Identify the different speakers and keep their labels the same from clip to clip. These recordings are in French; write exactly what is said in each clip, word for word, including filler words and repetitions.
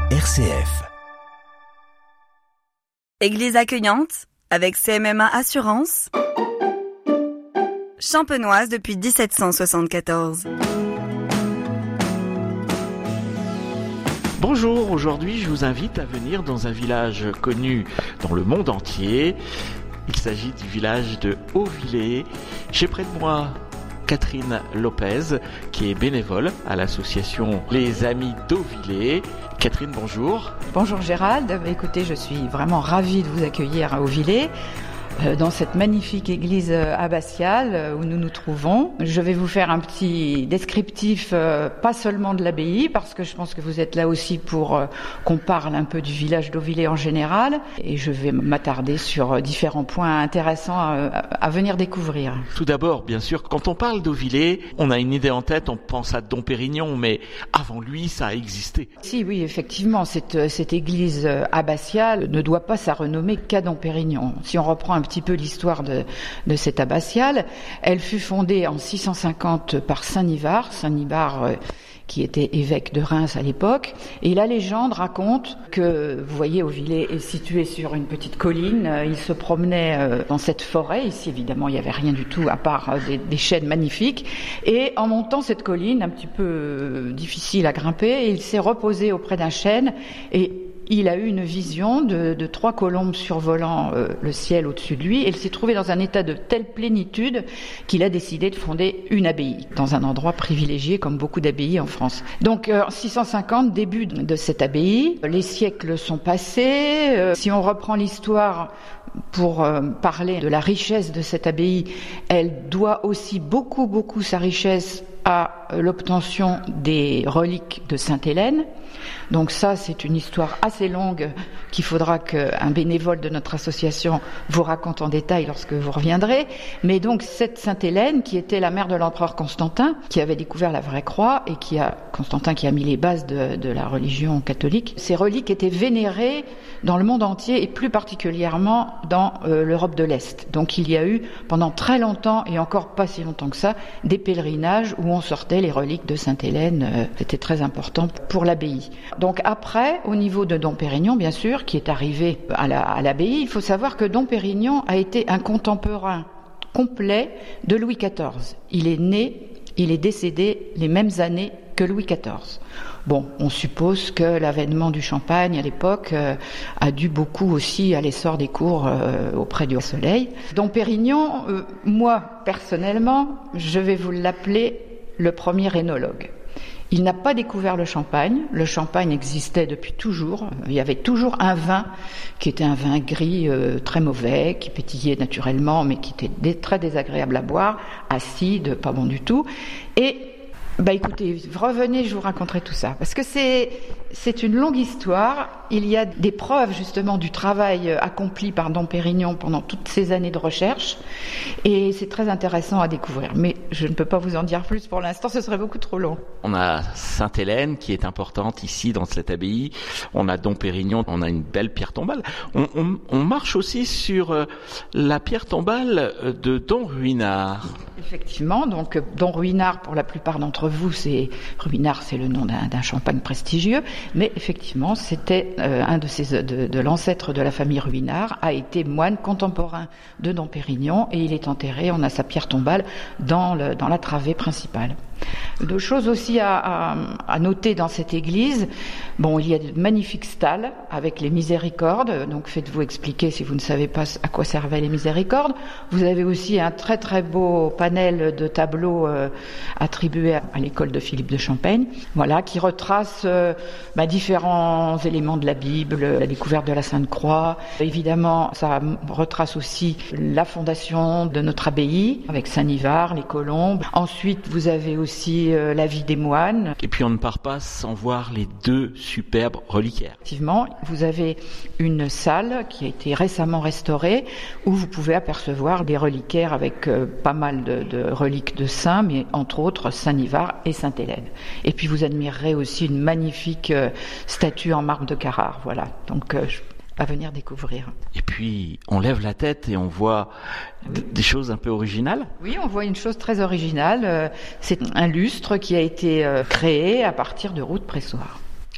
Speaker 1: R C F.
Speaker 2: Église accueillante avec C M M A Assurance, champenoise depuis dix-sept cent soixante-quatorze.
Speaker 3: Bonjour, aujourd'hui je vous invite à venir dans un village connu dans le monde entier. Il s'agit du village de Hauvillers. J'ai près de moi Catherine Lopez, qui est bénévole à l'association Les Amis d'Hauvillers. Catherine, bonjour.
Speaker 4: Bonjour Gérald, écoutez, je suis vraiment ravie de vous accueillir à Hauvillers, dans cette magnifique église abbatiale où nous nous trouvons. Je vais vous faire un petit descriptif, euh, pas seulement de l'abbaye, parce que je pense que vous êtes là aussi pour euh, qu'on parle un peu du village d'Hauvillers en général, et je vais m'attarder sur différents points intéressants à, à venir découvrir.
Speaker 3: Tout d'abord, bien sûr, quand on parle d'Hauvillers, on a une idée en tête, on pense à Dom Pérignon, mais avant lui, ça a existé.
Speaker 4: Si, oui, effectivement, cette, cette église abbatiale ne doit pas sa renommée qu'à Dom Pérignon. Si on reprend un petit peu l'histoire de, de cette abbatiale, elle fut fondée en six cent cinquante par Saint Nivard, Saint Nivard euh, qui était évêque de Reims à l'époque, et la légende raconte que, vous voyez, Hauvillers est situé sur une petite colline, il se promenait euh, dans cette forêt, ici évidemment il n'y avait rien du tout à part euh, des, des chênes magnifiques, et en montant cette colline, un petit peu euh, difficile à grimper, il s'est reposé auprès d'un chêne, et il a eu une vision de, de trois colombes survolant euh, le ciel au-dessus de lui, et il s'est trouvé dans un état de telle plénitude qu'il a décidé de fonder une abbaye, dans un endroit privilégié comme beaucoup d'abbayes en France. Donc euh, six cent cinquante, début de cette abbaye, les siècles sont passés, euh, si on reprend l'histoire pour euh, parler de la richesse de cette abbaye, elle doit aussi beaucoup, beaucoup sa richesse à l'obtention des reliques de Sainte-Hélène. Donc ça, c'est une histoire assez longue qu'il faudra qu'un bénévole de notre association vous raconte en détail lorsque vous reviendrez. Mais donc cette Sainte-Hélène, qui était la mère de l'empereur Constantin, qui avait découvert la vraie croix et qui a Constantin qui a mis les bases de, de la religion catholique, ces reliques étaient vénérées dans le monde entier et plus particulièrement dans euh, l'Europe de l'Est. Donc il y a eu pendant très longtemps, et encore pas si longtemps que ça, des pèlerinages où on sortait les reliques de Sainte-Hélène. Euh, c'était très important pour l'abbaye. Donc après, au niveau de Dom Pérignon, bien sûr, qui est arrivé à, la, à l'abbaye, il faut savoir que Dom Pérignon a été un contemporain complet de Louis quatorze. Il est né, il est décédé les mêmes années que Louis quatorze. Bon, on suppose que l'avènement du champagne à l'époque euh, a dû beaucoup aussi à l'essor des cours euh, auprès du soleil. Dom Pérignon, euh, moi personnellement, je vais vous l'appeler le premier œnologue. Il n'a pas découvert le champagne. Le champagne existait depuis toujours. Il y avait toujours un vin qui était un vin gris euh, très mauvais, qui pétillait naturellement, mais qui était dé- très désagréable à boire, acide, pas bon du tout. Et bah écoutez, revenez, je vous raconterai tout ça, parce que c'est c'est une longue histoire. Il y a des preuves justement du travail accompli par Dom Pérignon pendant toutes ces années de recherche, et c'est très intéressant à découvrir. Mais je ne peux pas vous en dire plus pour l'instant, ce serait beaucoup trop long.
Speaker 3: On a Sainte-Hélène qui est importante ici dans cette abbaye. On a Dom Pérignon, on a une belle pierre tombale. On, on, on marche aussi sur euh, la pierre tombale de Don Ruinart.
Speaker 4: Effectivement, donc Don Ruinart, pour la plupart d'entre vous, c'est Ruinart, c'est le nom d'un, d'un champagne prestigieux, mais effectivement, c'était euh, un de, ces, de, de l'ancêtre de la famille Ruinart, a été moine contemporain de Dom Pérignon, et il est enterré, on a sa pierre tombale dans, le, dans la travée principale. Deux choses aussi à, à, à noter dans cette église. Bon, il y a de magnifiques stalles avec les miséricordes, donc faites-vous expliquer si vous ne savez pas à quoi servaient les miséricordes. Vous avez aussi un très très beau panel de tableaux euh, attribués à, à l'école de Philippe de Champaigne, voilà, qui retrace euh, bah, différents éléments de la Bible, la découverte de la Sainte Croix. Évidemment, ça retrace aussi la fondation de notre abbaye avec Saint Nivard, les colombes. Ensuite, vous avez aussi aussi euh, la vie des moines.
Speaker 3: Et puis on ne part pas sans voir les deux superbes reliquaires.
Speaker 4: Effectivement, vous avez une salle qui a été récemment restaurée où vous pouvez apercevoir des reliquaires avec euh, pas mal de, de reliques de saints, mais entre autres Saint Nivard et Sainte Hélène. Et puis vous admirerez aussi une magnifique euh, statue en marbre de Carrare. Voilà, donc euh, je... à venir découvrir.
Speaker 3: Et puis, on lève la tête et on voit d- des choses un peu originales.
Speaker 4: Oui, on voit une chose très originale. C'est un lustre qui a été créé à partir de roux de pressoir.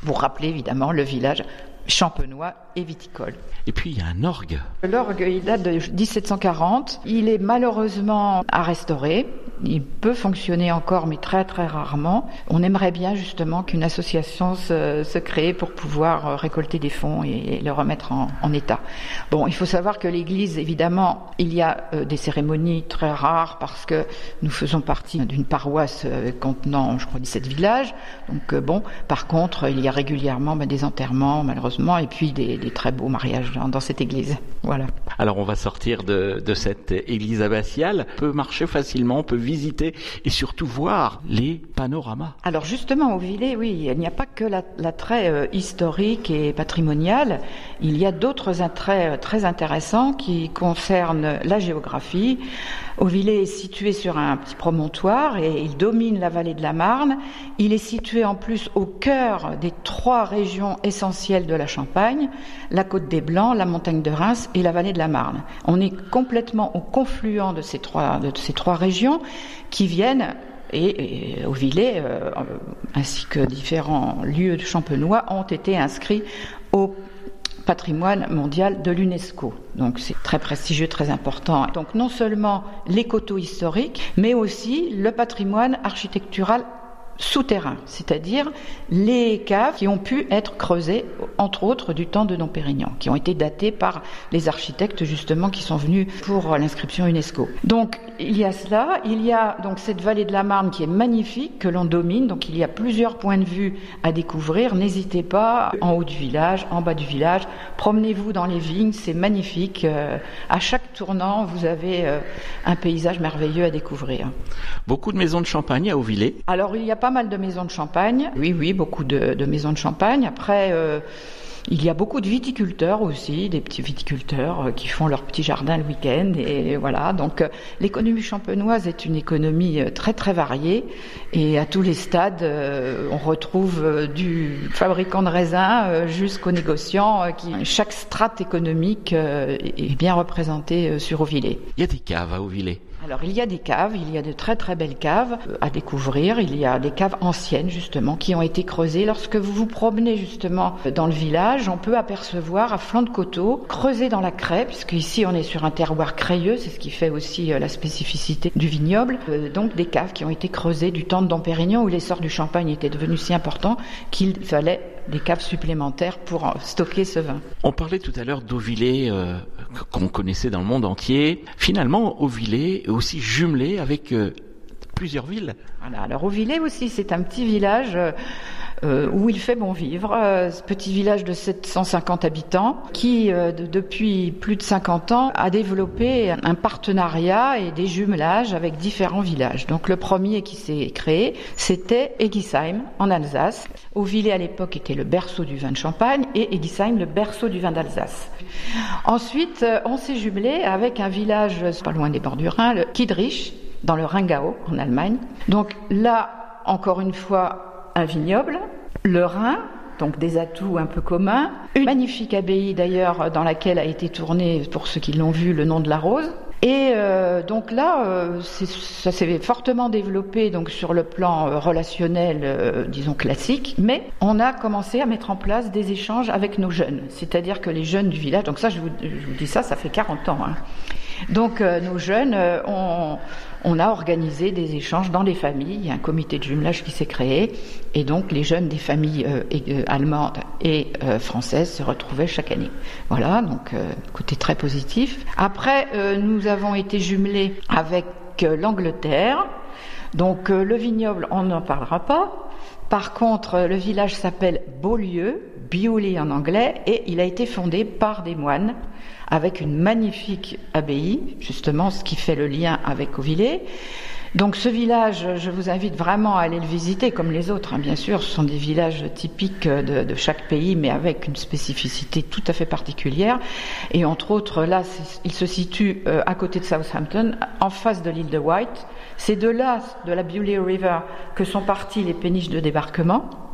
Speaker 4: Vous rappelez évidemment le village champenois et viticole.
Speaker 3: Et puis il y a un orgue.
Speaker 4: L'orgue, il date de dix-sept cent quarante. Il est malheureusement à restaurer. Il peut fonctionner encore, mais très très rarement. On aimerait bien justement qu'une association se, se crée pour pouvoir récolter des fonds et, et le remettre en, en état. Bon, il faut savoir que l'église, évidemment, il y a euh, des cérémonies très rares parce que nous faisons partie d'une paroisse euh, contenant, je crois, dix-sept villages. Donc euh, bon, par contre, il y a régulièrement ben, des enterrements, malheureusement, et puis des, des très beaux mariages dans, dans cette église. Voilà.
Speaker 3: Alors on va sortir de, de cette église abbatiale. On peut marcher facilement, on peut visiter et surtout voir les panoramas.
Speaker 4: Alors justement, au Villers, oui, il n'y a pas que la, l'attrait euh, historique et patrimonial. Il y a d'autres attraits euh, très intéressants qui concernent la géographie. Auvillers est situé sur un petit promontoire et il domine la vallée de la Marne. Il est situé en plus au cœur des trois régions essentielles de la Champagne, la Côte des Blancs, la montagne de Reims et la vallée de la Marne. On est complètement au confluent de ces trois, de ces trois régions qui viennent, et, et Auvillers, euh, ainsi que différents lieux champenois, ont été inscrits au patrimoine mondial de l'UNESCO. Donc c'est très prestigieux, très important. Donc non seulement les coteaux historiques, mais aussi le patrimoine architectural souterrain, c'est-à-dire les caves qui ont pu être creusées, entre autres du temps de Dom Pérignon, qui ont été datées par les architectes justement qui sont venus pour l'inscription UNESCO. Donc il y a cela, il y a donc cette vallée de la Marne qui est magnifique, que l'on domine, donc il y a plusieurs points de vue à découvrir. N'hésitez pas, en haut du village, en bas du village, promenez-vous dans les vignes, c'est magnifique. Euh, à chaque tournant, vous avez euh, un paysage merveilleux à découvrir.
Speaker 3: Beaucoup de maisons de champagne à Auvillers.
Speaker 4: Alors il y a pas mal de maisons de champagne. Oui, oui, beaucoup de, de maisons de champagne. Après, euh, il y a beaucoup de viticulteurs aussi, des petits viticulteurs euh, qui font leur petit jardin le week-end. Et voilà. Donc, euh, l'économie champenoise est une économie euh, très, très variée. Et à tous les stades, euh, on retrouve euh, du fabricant de raisins euh, jusqu'aux négociants. Euh, qui, chaque strate économique euh, est bien représentée euh, sur Auvillers.
Speaker 3: Il y a des caves à Auvillers.
Speaker 4: Alors il y a des caves, il y a de très très belles caves à découvrir. Il y a des caves anciennes justement qui ont été creusées. Lorsque vous vous promenez justement dans le village, on peut apercevoir à flanc de coteau, creusé dans la craie, puisque ici on est sur un terroir crayeux, c'est ce qui fait aussi la spécificité du vignoble. Euh, donc des caves qui ont été creusées du temps de Dom Pérignon où l'essor du champagne était devenu si important qu'il fallait des caves supplémentaires pour stocker ce vin.
Speaker 3: On parlait tout à l'heure d'Auvillers euh, qu'on connaissait dans le monde entier. Finalement, Auvillers est aussi jumelé avec euh, plusieurs villes.
Speaker 4: Voilà, alors Auvillers aussi, c'est un petit village euh, où il fait bon vivre. Euh, ce petit village de sept cent cinquante habitants qui, euh, de, depuis plus de cinquante ans, a développé un partenariat et des jumelages avec différents villages. Donc le premier qui s'est créé, c'était Egisheim, en Alsace. Auvillers, à l'époque, était le berceau du vin de Champagne et Egisheim, le berceau du vin d'Alsace. Ensuite, on s'est jumelé avec un village pas loin des bords du Rhin, le Kiedrich, dans le Rheingau, en Allemagne. Donc là, encore une fois, un vignoble, le Rhin, donc des atouts un peu communs, une magnifique abbaye d'ailleurs dans laquelle a été tourné, pour ceux qui l'ont vu, le nom de la rose. Et euh, donc là, euh, c'est, ça s'est fortement développé donc sur le plan euh, relationnel, euh, disons classique, mais on a commencé à mettre en place des échanges avec nos jeunes, c'est-à-dire que les jeunes du village, donc ça je vous, je vous dis ça, ça fait quarante ans, hein. Donc euh, nos jeunes, euh, on, on a organisé des échanges dans les familles, il y a un comité de jumelage qui s'est créé, et donc les jeunes des familles euh, et, euh, allemandes et euh, françaises se retrouvaient chaque année. Voilà, donc euh, côté très positif. Après, euh, nous avons été jumelés avec euh, l'Angleterre, donc euh, le vignoble, on n'en parlera pas. Par contre, le village s'appelle Beaulieu, Bewley en anglais, et il a été fondé par des moines, avec une magnifique abbaye, justement, ce qui fait le lien avec Auvillers. Donc ce village, je vous invite vraiment à aller le visiter, comme les autres, hein, bien sûr. Ce sont des villages typiques de, de chaque pays, mais avec une spécificité tout à fait particulière. Et entre autres, là, il se situe euh, à côté de Southampton, en face de l'île de Wight. C'est de là, de la Bewley River, que sont parties les péniches de débarquement.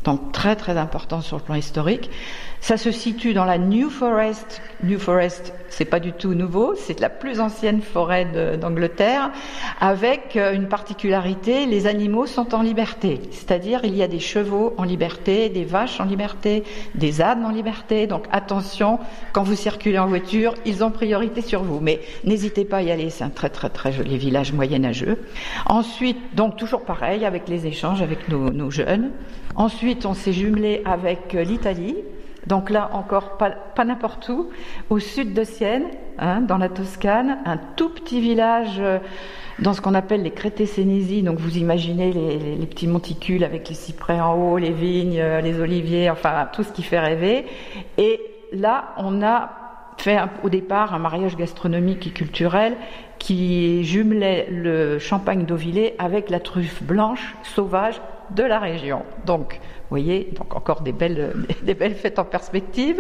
Speaker 4: donc très très important sur le plan historique. Ça se situe dans la New Forest. New Forest, c'est pas du tout nouveau, c'est la plus ancienne forêt de, d'Angleterre, avec une particularité, les animaux sont en liberté. C'est-à-dire, il y a des chevaux en liberté, des vaches en liberté, des ânes en liberté. Donc attention, quand vous circulez en voiture, ils ont priorité sur vous. Mais n'hésitez pas à y aller, c'est un très très très joli village moyenâgeux. Ensuite, donc toujours pareil, avec les échanges avec nos, nos jeunes. Ensuite, on s'est jumelé avec l'Italie. Donc là, encore, pas, pas n'importe où, au sud de Sienne, hein, dans la Toscane, un tout petit village euh, dans ce qu'on appelle les Crété-Sénésie. Donc vous imaginez les, les, les petits monticules avec les cyprès en haut, les vignes, euh, les oliviers, enfin tout ce qui fait rêver. Et là, on a fait un, au départ un mariage gastronomique et culturel qui jumelait le champagne d'Auvillé avec la truffe blanche sauvage de la région. Donc, vous voyez, donc encore des belles, des belles fêtes en perspective,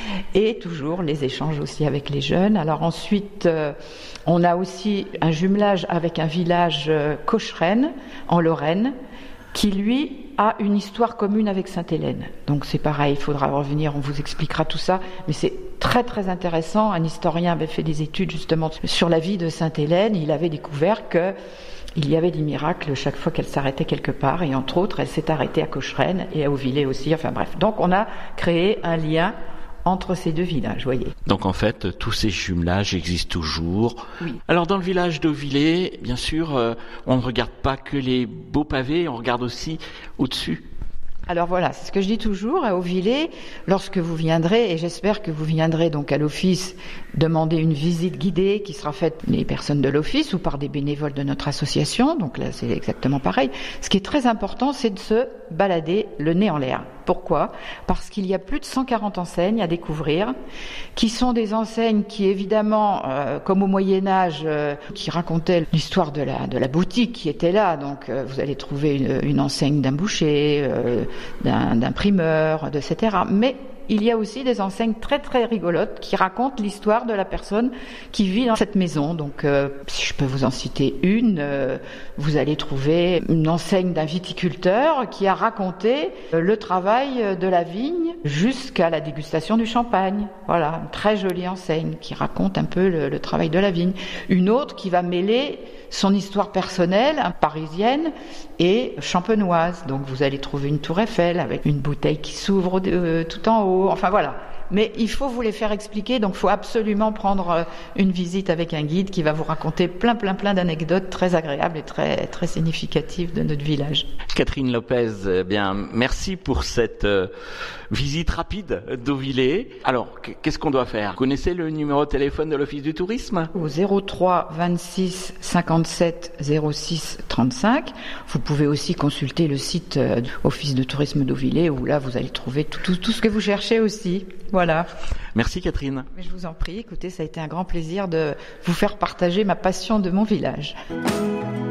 Speaker 4: et toujours les échanges aussi avec les jeunes. Alors ensuite, euh, on a aussi un jumelage avec un village euh, Cocheren, en Lorraine, qui lui a une histoire commune avec Sainte-Hélène. Donc c'est pareil, il faudra revenir, on vous expliquera tout ça, mais c'est très très intéressant. Un historien avait fait des études justement sur la vie de Sainte-Hélène, il avait découvert que il y avait des miracles chaque fois qu'elle s'arrêtait quelque part, et entre autres, elle s'est arrêtée à Cocheren et à Auvillé aussi, enfin bref. Donc on a créé un lien entre ces deux villages, voyez.
Speaker 3: Donc en fait, tous ces jumelages existent toujours.
Speaker 4: Oui.
Speaker 3: Alors dans le village d'Auvillé, bien sûr, euh, on ne regarde pas que les beaux pavés, on regarde aussi au-dessus.
Speaker 4: Alors voilà, c'est ce que je dis toujours à Auvillé, lorsque vous viendrez, et j'espère que vous viendrez donc à l'office demander une visite guidée qui sera faite par les personnes de l'office ou par des bénévoles de notre association, donc là c'est exactement pareil. Ce qui est très important, c'est de se balader le nez en l'air. Pourquoi ? Parce qu'il y a plus de cent quarante enseignes à découvrir, qui sont des enseignes qui évidemment, euh, comme au Moyen-Âge, euh, qui racontaient l'histoire de la, de la boutique qui était là. Donc euh, vous allez trouver une, une enseigne d'un boucher, euh, d'un, d'un primeur, et cetera. Mais il y a aussi des enseignes très très rigolotes qui racontent l'histoire de la personne qui vit dans cette maison. Donc, euh, si je peux vous en citer une, euh, vous allez trouver une enseigne d'un viticulteur qui a raconté euh, le travail de la vigne jusqu'à la dégustation du champagne. Voilà, une très jolie enseigne qui raconte un peu le, le travail de la vigne. Une autre qui va mêler son histoire personnelle, hein, parisienne et champenoise. Donc vous allez trouver une tour Eiffel avec une bouteille qui s'ouvre euh, tout en haut. Enfin voilà. Mais il faut vous les faire expliquer, donc il faut absolument prendre une visite avec un guide qui va vous raconter plein plein plein d'anecdotes très agréables et très très significatives de notre village.
Speaker 3: Catherine Lopez, eh bien merci pour cette euh, visite rapide d'Auvillé. Alors, qu'est-ce qu'on doit faire ? Vous connaissez le numéro de téléphone de l'Office du tourisme ?
Speaker 4: Au zéro trois vingt-six cinquante-sept zéro six trente-cinq. Vous pouvez aussi consulter le site euh, Office de tourisme d'Auvillé, où là vous allez trouver tout, tout, tout ce que vous cherchez aussi. Voilà.
Speaker 3: Merci Catherine.
Speaker 4: Mais je vous en prie, écoutez, ça a été un grand plaisir de vous faire partager ma passion de mon village.